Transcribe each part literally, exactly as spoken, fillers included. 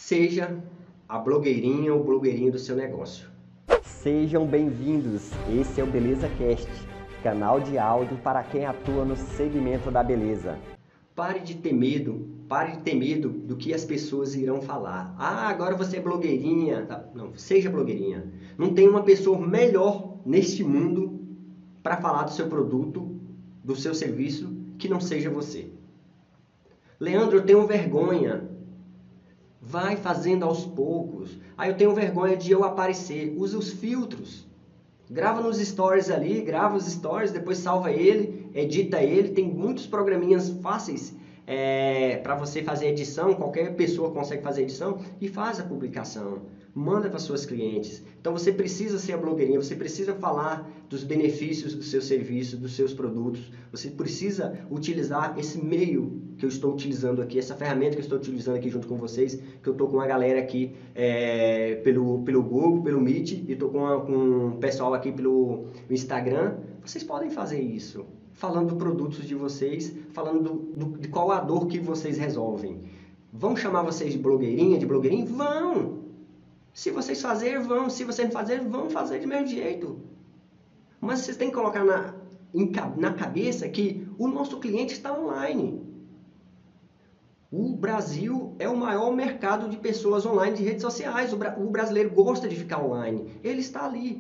Seja a blogueirinha ou blogueirinho do seu negócio. Sejam bem-vindos, esse é o Beleza Cast, canal de áudio para quem atua no segmento da beleza. Pare de ter medo, pare de ter medo do que as pessoas irão falar. Ah, agora você é blogueirinha. Não, seja blogueirinha. Não tem uma pessoa melhor neste mundo para falar do seu produto, do seu serviço, que não seja você. Leandro, eu tenho vergonha. Vai fazendo aos poucos. Ah, eu tenho vergonha de eu aparecer. Use os filtros. Grava nos stories ali, grava os stories, depois salva ele, edita ele. Tem muitos programinhas fáceis é, para você fazer edição. Qualquer pessoa consegue fazer edição e faz a publicação. Manda para suas clientes. Então você precisa ser a blogueirinha, você precisa falar dos benefícios do seu serviço, dos seus produtos. Você precisa utilizar esse meio que eu estou utilizando aqui, essa ferramenta que eu estou utilizando aqui junto com vocês, que eu estou com a galera aqui é, pelo, pelo Google, pelo Meet, e estou com, a, com o pessoal aqui pelo Instagram. Vocês podem fazer isso, falando dos produtos de vocês, falando do, do, de qual a dor que vocês resolvem. Vão chamar vocês de blogueirinha, de blogueirinho? Vão! Se vocês fazerem, vão. Se vocês não fazerem, vão fazer de mesmo jeito. Mas vocês têm que colocar na, na cabeça que o nosso cliente está online. O Brasil é o maior mercado de pessoas online de redes sociais. O, bra o brasileiro gosta de ficar online. Ele está ali.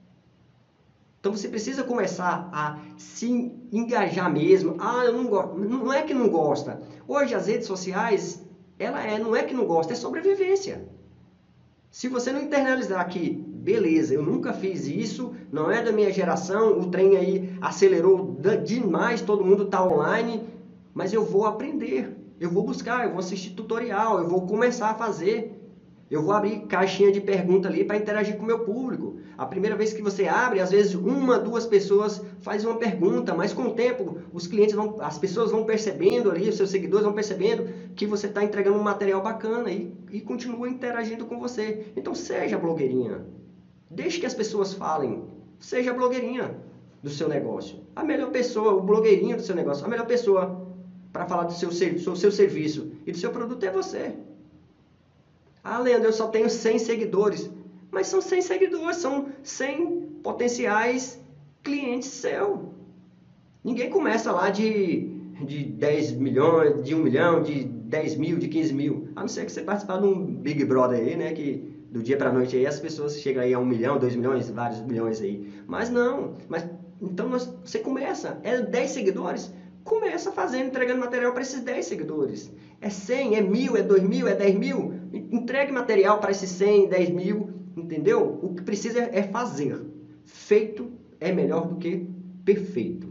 Então você precisa começar a se engajar mesmo. Ah, eu não gosto. Não é que não gosta. Hoje as redes sociais, ela é, não é que não gosta, é sobrevivência. Se você não internalizar que, beleza, eu nunca fiz isso, não é da minha geração, o trem aí acelerou demais, todo mundo está online, mas eu vou aprender, eu vou buscar, eu vou assistir tutorial, eu vou começar a fazer. Eu vou abrir caixinha de pergunta ali para interagir com o meu público. A primeira vez que você abre, às vezes uma, duas pessoas fazem uma pergunta, mas com o tempo os clientes vão, as pessoas vão percebendo ali, os seus seguidores vão percebendo que você está entregando um material bacana e, e continua interagindo com você. Então seja blogueirinha. Deixe que as pessoas falem. Seja blogueirinha do seu negócio. A melhor pessoa, o blogueirinho do seu negócio, a melhor pessoa para falar do seu, do seu serviço e do seu produto é você. Ah, Leandro, eu só tenho cem seguidores. Mas são cem seguidores, são cem potenciais clientes seus. Ninguém começa lá de, de dez milhões, de um milhão, de dez mil, de quinze mil. A não ser que você participar de um Big Brother aí, né? Que do dia para a noite aí as pessoas chegam aí a um milhão, dois milhões, vários milhões aí. Mas não. Mas, então nós, você começa, é dez seguidores, começa fazendo, entregando material para esses dez seguidores. É cem, é mil, é dois mil, é dez mil. Entregue material para esses cem, dez mil, entendeu? O que precisa é fazer. Feito é melhor do que perfeito.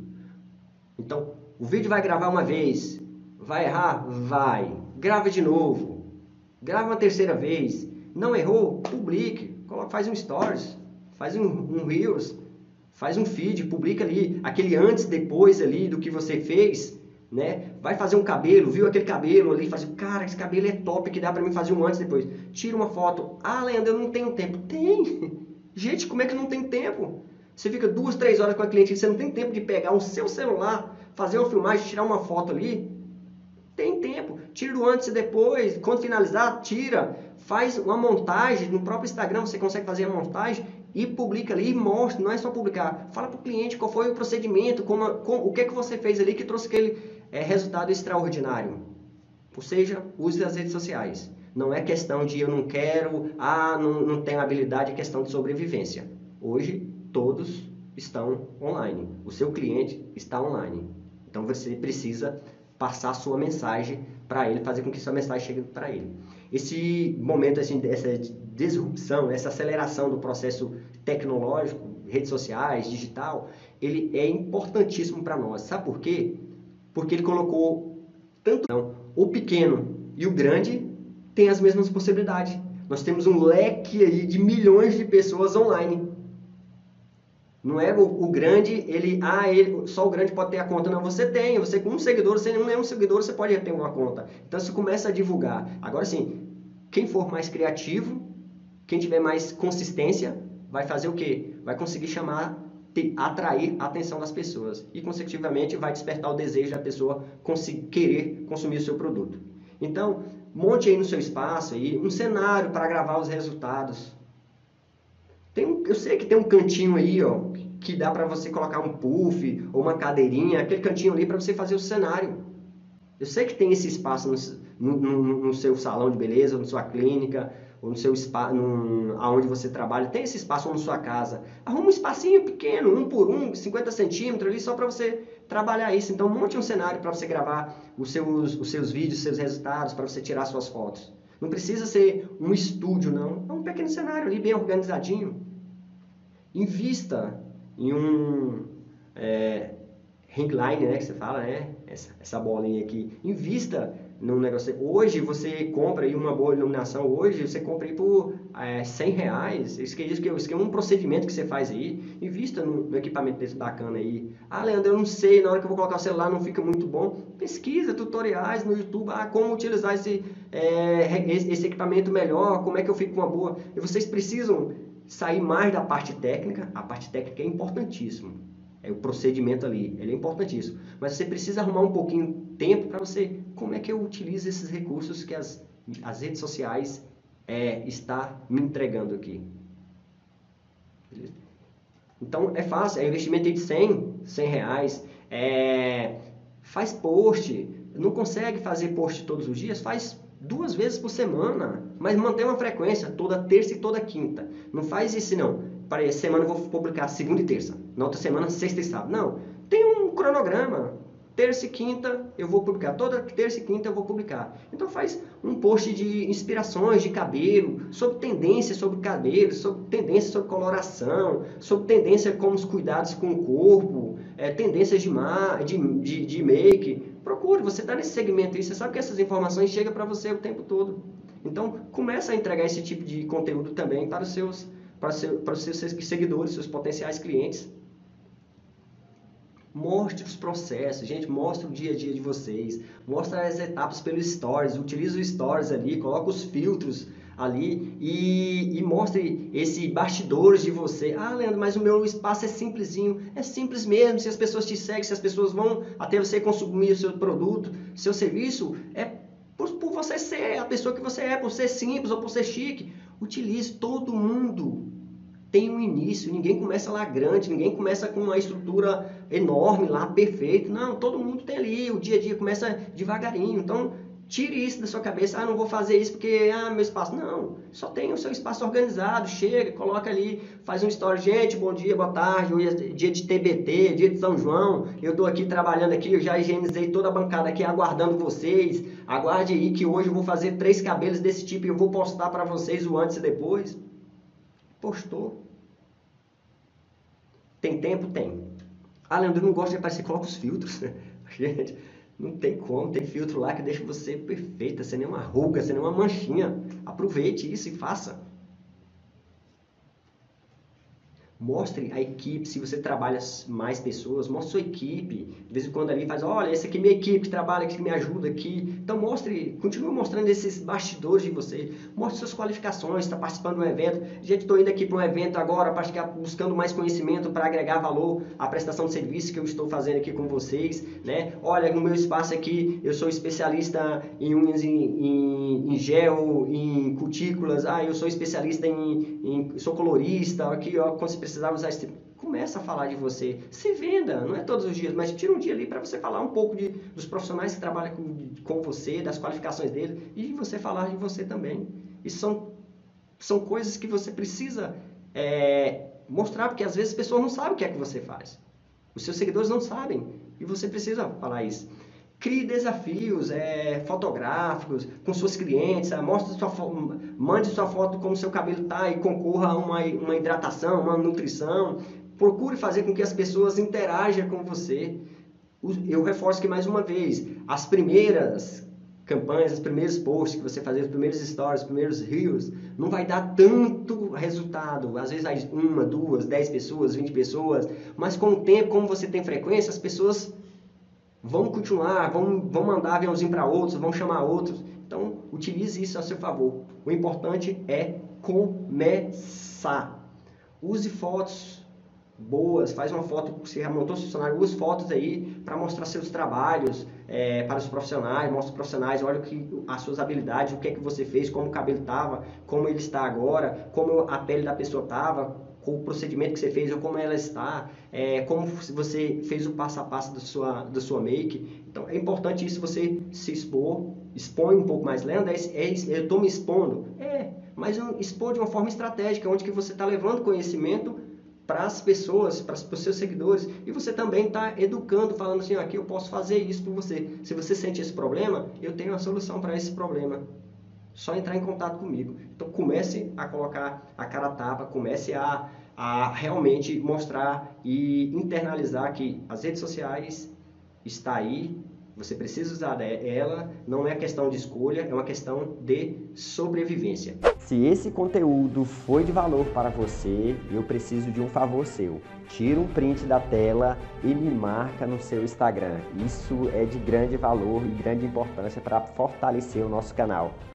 Então, o vídeo vai gravar uma vez. Vai errar? Vai. Grava de novo. Grava uma terceira vez. Não errou? Publique. Faz um stories. Faz um, um reels. Faz um feed. Publica ali. Aquele antes e depois ali do que você fez. Né? Vai fazer um cabelo, viu aquele cabelo ali, faz, cara, esse cabelo é top, que dá pra mim fazer um antes e depois. Tira uma foto. Ah, Leandro, eu não tenho tempo. Tem! Gente, como é que não tem tempo? Você fica duas, três horas com a cliente e você não tem tempo de pegar o seu celular, fazer uma filmagem, tirar uma foto ali? Tem tempo. Tira o antes e depois. Quando finalizar, tira. Faz uma montagem. No próprio Instagram você consegue fazer a montagem e publica ali e mostra. Não é só publicar. Fala para o cliente qual foi o procedimento, como, como, o que, é que você fez ali que trouxe aquele é, resultado extraordinário. Ou seja, use as redes sociais. Não é questão de eu não quero, ah, não, não tenho habilidade, é questão de sobrevivência. Hoje, todos estão online. O seu cliente está online. Então, você precisa passar a sua mensagem para ele, fazer com que sua mensagem chegue para ele. Esse momento, assim, essa disrupção, essa aceleração do processo tecnológico, redes sociais, digital, ele é importantíssimo para nós. Sabe por quê? Porque ele colocou tanto o pequeno e o grande têm as mesmas possibilidades. Nós temos um leque aí de milhões de pessoas online. Não é o, o grande, ele, ah, ele, só o grande pode ter a conta. Não, você tem, você com um seguidor, sem nenhum seguidor, você pode ter uma conta. Então você começa a divulgar. Agora sim, quem for mais criativo, quem tiver mais consistência, vai fazer o quê? Vai conseguir chamar, te, atrair a atenção das pessoas. E, consecutivamente, vai despertar o desejo da pessoa conseguir, querer consumir o seu produto. Então, monte aí no seu espaço aí um cenário para gravar os resultados. Tem um, eu sei que tem um cantinho aí, ó, que dá para você colocar um puff ou uma cadeirinha, aquele cantinho ali para você fazer o cenário. Eu sei que tem esse espaço no, no, no seu salão de beleza, ou na sua clínica, ou no seu espaço, aonde você trabalha, tem esse espaço ou na sua casa. Arruma um espacinho pequeno, um por um, cinquenta centímetros ali, só para você trabalhar isso. Então monte um cenário para você gravar os seus, os seus vídeos, os seus resultados, para você tirar suas fotos. Não precisa ser um estúdio, não. É um pequeno cenário ali, bem organizadinho. Invista em um é, ring line, né, que você fala, né? Essa, essa bolinha aqui. Invista num negócio. Hoje você compra aí uma boa iluminação, hoje você compra aí por é, cem reais. Isso que, isso, que, isso que é um procedimento que você faz aí. Invista no, no equipamento desse bacana aí. Ah, Leandro, eu não sei, na hora que eu vou colocar o celular não fica muito bom. Pesquisa tutoriais no YouTube, ah, como utilizar esse, é, esse equipamento melhor, como é que eu fico com uma boa. E vocês precisam sair mais da parte técnica. A parte técnica é importantíssima. É o procedimento ali, ele é importantíssimo. Mas você precisa arrumar um pouquinho de tempo para você, como é que eu utilizo esses recursos que as, as redes sociais é, está me entregando aqui. Beleza? Então é fácil, é investimento de cem, cem reais, é, faz post, não consegue fazer post todos os dias, faz duas vezes por semana, mas mantém uma frequência, toda terça e toda quinta. Não faz isso não. Para essa semana eu vou publicar segunda e terça. Na outra semana, sexta e sábado. Não. Tem um cronograma. Terça e quinta eu vou publicar. Toda terça e quinta eu vou publicar. Então faz um post de inspirações de cabelo, sobre tendências sobre cabelo, sobre tendências sobre coloração, sobre tendência como os cuidados com o corpo, é, tendências de, mar, de, de, de make. Procure, você está nesse segmento aí, você sabe que essas informações chegam para você o tempo todo. Então começa a entregar esse tipo de conteúdo também para os seus Para, seu, para os seus seguidores, seus potenciais clientes. Mostre os processos, gente, mostre o dia a dia de vocês, mostre as etapas pelos stories, utilize os stories ali, coloque os filtros ali e, e mostre esse bastidores de você. Ah, Leandro, mas o meu espaço é simplesinho. É simples mesmo, se as pessoas te seguem, se as pessoas vão até você consumir o seu produto, seu serviço, é por, por você ser a pessoa que você é, por ser simples ou por ser chique. Utilize, todo mundo tem um início, ninguém começa lá grande, ninguém começa com uma estrutura enorme lá, perfeita. Não, todo mundo tem ali, o dia a dia começa devagarinho. Então, tire isso da sua cabeça, ah, não vou fazer isso porque, ah, meu espaço. Não, só tem o seu espaço organizado, chega, coloca ali, faz um story, gente, bom dia, boa tarde, hoje é dia de T B T, dia de São João, eu estou aqui trabalhando aqui, eu já higienizei toda a bancada aqui, aguardando vocês, aguarde aí que hoje eu vou fazer três cabelos desse tipo e eu vou postar para vocês o antes e depois. Postou. Tem tempo? Tem. Ah, Leandro, eu não gosto de aparecer, coloca os filtros. Gente, não tem como, tem filtro lá que deixa você perfeita, sem nenhuma ruga, sem nenhuma manchinha. Aproveite isso e faça. Mostre a equipe, se você trabalha mais pessoas, mostre sua equipe. De vez em quando ali faz, olha, essa aqui é minha equipe que trabalha, que me ajuda aqui. Então mostre, continue mostrando esses bastidores de você. Mostre suas qualificações, está participando de um evento. Gente, estou indo aqui para um evento agora, para ficar buscando mais conhecimento, para agregar valor à prestação de serviço que eu estou fazendo aqui com vocês. Né? Olha, no meu espaço aqui, eu sou especialista em unhas em, em, em gel, em cutículas. Ah, eu sou especialista em, em sou colorista, aqui, ó, quando você precisar usar esse tipo. Começa a falar de você. Se venda, não é todos os dias, mas tira um dia ali para você falar um pouco de, dos profissionais que trabalham com, com você, das qualificações dele, e você falar de você também. Isso são, são coisas que você precisa é, mostrar, porque às vezes as pessoas não sabem o que é que você faz. Os seus seguidores não sabem, e você precisa falar isso. Crie desafios é, fotográficos com seus clientes, é, mostre sua foto, mande sua foto como seu cabelo está e concorra a uma, uma hidratação, uma nutrição. Procure fazer com que as pessoas interajam com você. Eu reforço que mais uma vez, as primeiras campanhas, os primeiros posts que você fazer, os primeiros stories, os primeiros reels, não vai dar tanto resultado. Às vezes uma, duas, dez pessoas, vinte pessoas, mas com o tempo, como você tem frequência, as pessoas vão continuar, vão, vão mandar aviãozinho para outros, vão chamar outros. Então, utilize isso a seu favor. O importante é começar. Use fotos boas, faz uma foto, se montou seu funcionário, use fotos aí para mostrar seus trabalhos. é, para os profissionais, mostra os profissionais, olha o que, as suas habilidades, o que é que você fez, como o cabelo estava, como ele está agora, como a pele da pessoa estava, com o procedimento que você fez ou como ela está, é, como você fez o passo a passo da sua, da sua make. Então é importante isso, você se expor, expõe um pouco mais. Leandro, é, é, eu estou me expondo? É, mas eu expor de uma forma estratégica, onde que você está levando conhecimento para as pessoas, para os seus seguidores, e você também está educando, falando assim, aqui eu posso fazer isso por você. Se você sente esse problema, eu tenho a solução para esse problema. Só entrar em contato comigo. Então comece a colocar a cara a tapa, comece a, a realmente mostrar e internalizar que as redes sociais está aí, você precisa usar ela, não é questão de escolha, é uma questão de sobrevivência. Se esse conteúdo foi de valor para você, eu preciso de um favor seu. Tira um print da tela e me marca no seu Instagram. Isso é de grande valor e grande importância para fortalecer o nosso canal.